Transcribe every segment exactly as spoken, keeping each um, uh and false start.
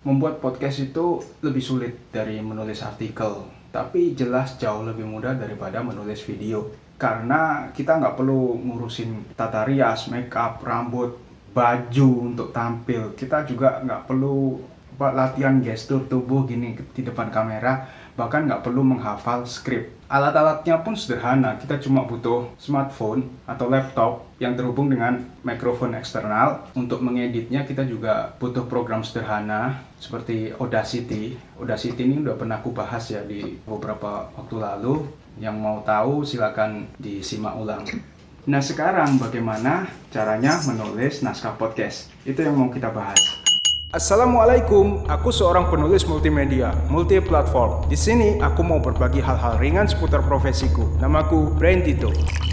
Membuat podcast itu lebih sulit dari menulis artikel, tapi jelas jauh lebih mudah daripada menulis video. Karena kita nggak perlu ngurusin tata rias, make up, rambut, baju untuk tampil. Kita juga nggak perlu latihan gestur tubuh gini di depan kamera, bahkan nggak perlu menghafal skrip. Alat-alatnya pun sederhana, kita cuma butuh smartphone atau laptop yang terhubung dengan mikrofon eksternal. Untuk mengeditnya kita juga butuh program sederhana seperti Audacity. Audacity ini udah pernah aku bahas ya di beberapa waktu lalu. Yang mau tahu silakan disimak ulang. Nah sekarang bagaimana caranya menulis naskah podcast? Itu yang mau kita bahas. Assalamualaikum, aku seorang penulis multimedia, multi-platform. Di sini aku mau berbagi hal-hal ringan seputar profesiku. Namaku Brain Tito.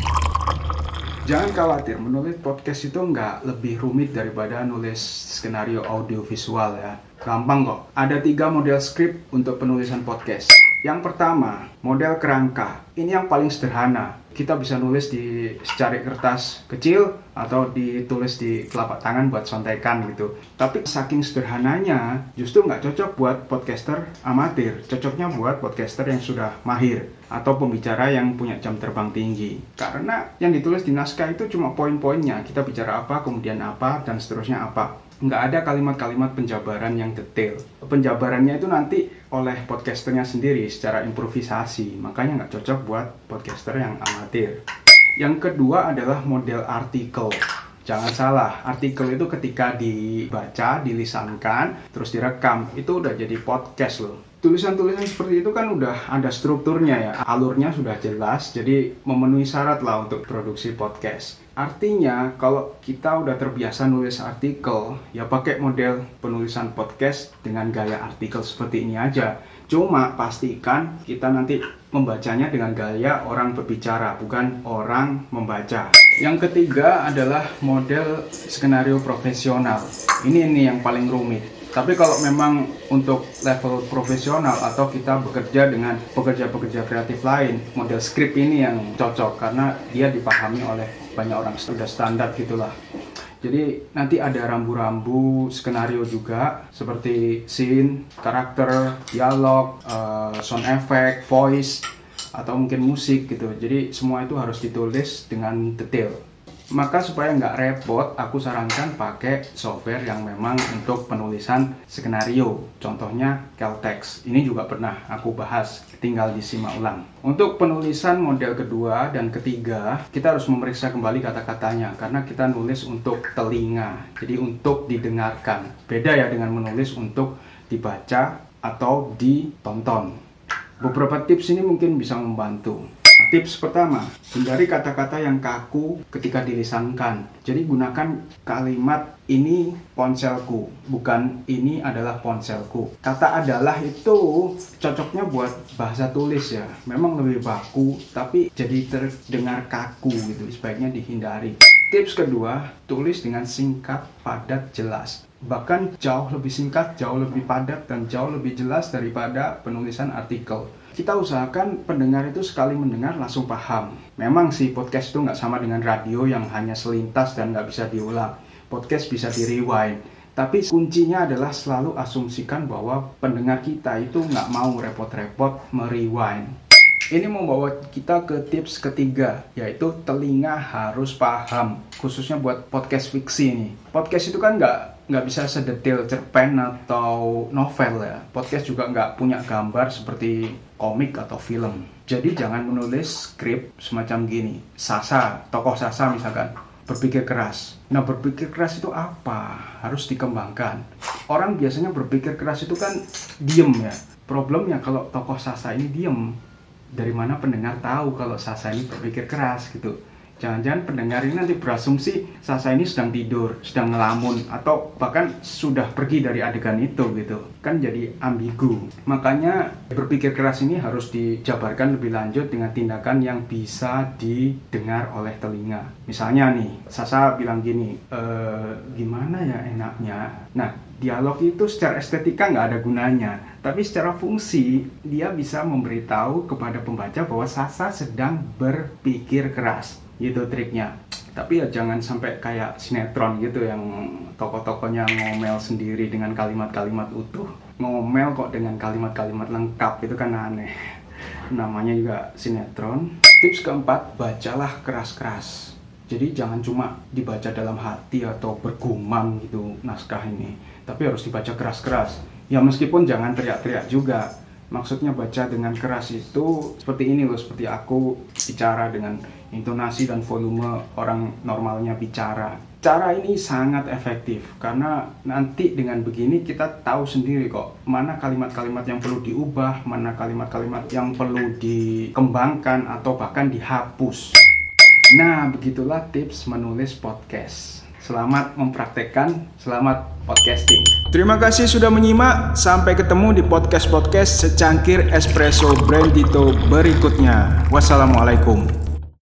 Jangan khawatir, menulis podcast itu nggak lebih rumit daripada nulis skenario audiovisual ya. Gampang kok. Ada tiga model skrip untuk penulisan podcast. Yang pertama, model kerangka. Ini yang paling sederhana. Kita bisa nulis di secari kertas kecil atau ditulis di telapak tangan buat contekan gitu. Tapi saking sederhananya, justru nggak cocok buat podcaster amatir. Cocoknya buat podcaster yang sudah mahir atau pembicara yang punya jam terbang tinggi. Karena yang ditulis di naskah itu cuma poin-poinnya. Kita bicara apa, kemudian apa, dan seterusnya apa. Nggak ada kalimat-kalimat penjabaran yang detail. Penjabarannya itu nanti oleh podcasternya sendiri secara improvisasi. Makanya nggak cocok buat podcaster yang amatir. Yang kedua adalah model artikel. Jangan salah, artikel itu ketika dibaca, dilisankan, terus direkam, itu udah jadi podcast loh. Tulisan-tulisan seperti itu kan udah ada strukturnya ya, alurnya sudah jelas, jadi memenuhi syarat lah untuk produksi podcast. Artinya kalau kita udah terbiasa nulis artikel, ya pakai model penulisan podcast dengan gaya artikel seperti ini aja. Cuma pastikan kita nanti membacanya dengan gaya orang berbicara, bukan orang membaca. Yang ketiga adalah model skenario profesional. Ini ini yang paling rumit. Tapi kalau memang untuk level profesional atau kita bekerja dengan pekerja-pekerja kreatif lain, model skrip ini yang cocok karena dia dipahami oleh banyak orang, sudah standar gitulah. Jadi nanti ada rambu-rambu skenario juga seperti scene, karakter, dialog, uh, sound effect, voice, atau mungkin musik gitu. Jadi semua itu harus ditulis dengan detail. Maka supaya nggak repot, aku sarankan pakai software yang memang untuk penulisan skenario. Contohnya Caltex. Ini juga pernah aku bahas, tinggal disimak ulang. Untuk penulisan model kedua dan ketiga, kita harus memeriksa kembali kata-katanya karena kita nulis untuk telinga, jadi untuk didengarkan. Beda ya dengan menulis untuk dibaca atau ditonton. Beberapa tips ini mungkin bisa membantu. Tips pertama, hindari kata-kata yang kaku ketika dilisankan. Jadi gunakan kalimat ini ponselku, bukan ini adalah ponselku. Kata adalah itu cocoknya buat bahasa tulis ya. Memang lebih baku, tapi jadi terdengar kaku gitu. Sebaiknya dihindari. Tips kedua, tulis dengan singkat, padat, jelas. Bahkan jauh lebih singkat, jauh lebih padat, dan jauh lebih jelas daripada penulisan artikel. Kita usahakan pendengar itu sekali mendengar langsung paham. Memang sih podcast itu nggak sama dengan radio yang hanya selintas dan nggak bisa diulang. Podcast bisa di-rewind. Tapi kuncinya adalah selalu asumsikan bahwa pendengar kita itu nggak mau repot-repot merewind. Ini membawa kita ke tips ketiga, yaitu telinga harus paham. Khususnya buat podcast fiksi nih. Podcast itu kan nggak nggak bisa sedetail cerpen atau novel ya. Podcast juga nggak punya gambar seperti komik atau film. Jadi jangan menulis skrip semacam gini. Sasa, tokoh Sasa misalkan, berpikir keras. Nah berpikir keras itu apa? Harus dikembangkan. Orang biasanya berpikir keras itu kan diem ya. Problemnya kalau tokoh Sasa ini diem, dari mana pendengar tahu kalau Sasa ini berpikir keras gitu? Jangan-jangan pendengar ini nanti berasumsi Sasa ini sedang tidur, sedang ngelamun, atau bahkan sudah pergi dari adegan itu gitu. Kan jadi ambigu. Makanya berpikir keras ini harus dijabarkan lebih lanjut dengan tindakan yang bisa didengar oleh telinga. Misalnya nih, Sasa bilang gini, e, gimana ya enaknya? Nah, dialog itu secara estetika nggak ada gunanya. Tapi secara fungsi, dia bisa memberitahu kepada pembaca bahwa Sasa sedang berpikir keras. Itu triknya. Tapi ya jangan sampai kayak sinetron gitu yang tokoh-tokohnya ngomel sendiri dengan kalimat-kalimat utuh. Ngomel kok dengan kalimat-kalimat lengkap, itu kan aneh. Namanya juga sinetron. Tips keempat, bacalah keras-keras. Jadi jangan cuma dibaca dalam hati atau bergumam gitu naskah ini, tapi harus dibaca keras-keras. Ya meskipun jangan teriak-teriak juga. Maksudnya baca dengan keras itu seperti ini loh, seperti aku bicara dengan intonasi dan volume orang normalnya bicara. Cara ini sangat efektif karena nanti dengan begini kita tahu sendiri kok mana kalimat-kalimat yang perlu diubah, mana kalimat-kalimat yang perlu dikembangkan atau bahkan dihapus. Nah, begitulah tips menulis podcast. Selamat mempraktekkan, selamat podcasting. Terima kasih sudah menyimak. Sampai ketemu di podcast-podcast secangkir espresso Brandito berikutnya. Wassalamualaikum.